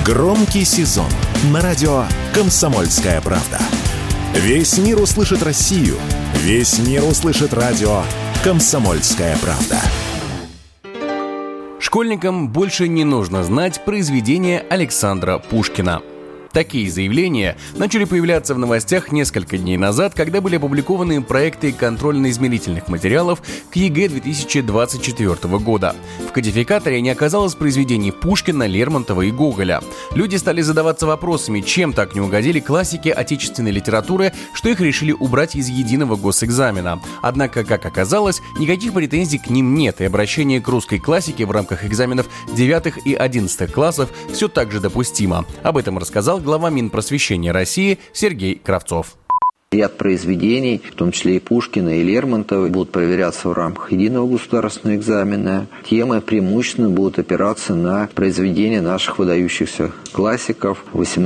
Громкий сезон на радио «Комсомольская правда». Весь мир услышит Россию. Весь мир услышит радио «Комсомольская правда». Школьникам больше не нужно знать произведения Александра Пушкина. Такие заявления начали появляться в новостях несколько дней назад, когда были опубликованы проекты контрольно-измерительных материалов к ЕГЭ 2024 года. В кодификаторе не оказалось произведений Пушкина, Лермонтова и Гоголя. Люди стали задаваться вопросами, чем так не угодили классики отечественной литературы, что их решили убрать из единого госэкзамена. Однако, как оказалось, никаких претензий к ним нет, и обращение к русской классике в рамках экзаменов 9 и 11 классов все так же допустимо. Об этом рассказал глава Минпросвещения России Сергей Кравцов. Ряд произведений, в том числе и Пушкина, и Лермонтова, будут проверяться в рамках единого государственного экзамена. Темы преимущественно будут опираться на произведения наших выдающихся классиков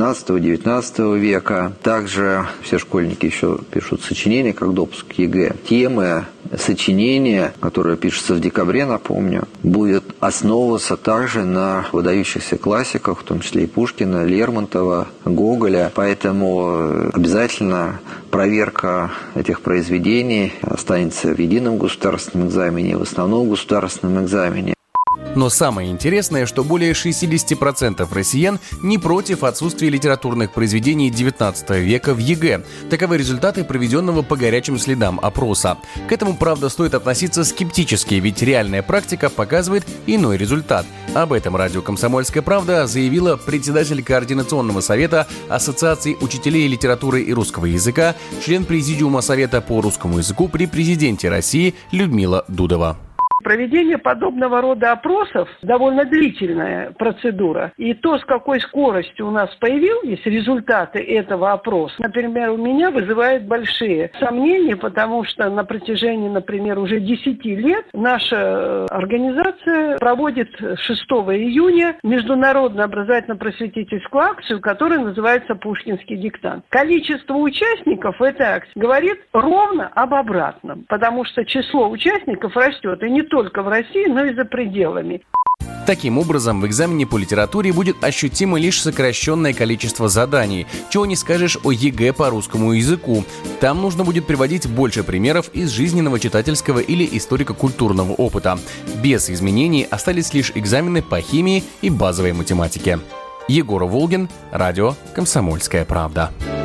XVIII-XIX века. Также все школьники еще пишут сочинения, как допуск к ЕГЭ. Темы сочинения, которое пишется в декабре, напомню, будет основываться также на выдающихся классиках, в том числе и Пушкина, Лермонтова, Гоголя. Поэтому обязательно проверка этих произведений останется в едином государственном экзамене и в основном государственном экзамене. Но самое интересное, что более 60% россиян не против отсутствия литературных произведений XIX века в ЕГЭ. Таковы результаты проведенного по горячим следам опроса. К этому, правда, стоит относиться скептически, ведь реальная практика показывает иной результат. Об этом радио «Комсомольская правда» заявила председатель Координационного совета Ассоциации учителей литературы и русского языка, член Президиума Совета по русскому языку при президенте России Людмила Дудова. Проведение подобного рода опросов – довольно длительная процедура. И то, с какой скоростью у нас появились результаты этого опроса, например, у меня вызывает большие сомнения, потому что на протяжении, например, уже 10 лет наша организация проводит 6 июня международную образовательно-просветительскую акцию, которая называется «Пушкинский диктант». Количество участников этой акции говорит ровно об обратном, потому что число участников растет, и не только в России, но и за пределами. Таким образом, в экзамене по литературе будет ощутимо лишь сокращенное количество заданий, чего не скажешь о ЕГЭ по русскому языку. Там нужно будет приводить больше примеров из жизненного, читательского или историко-культурного опыта. Без изменений остались лишь экзамены по химии и базовой математике. Егор Волгин, радио «Комсомольская правда».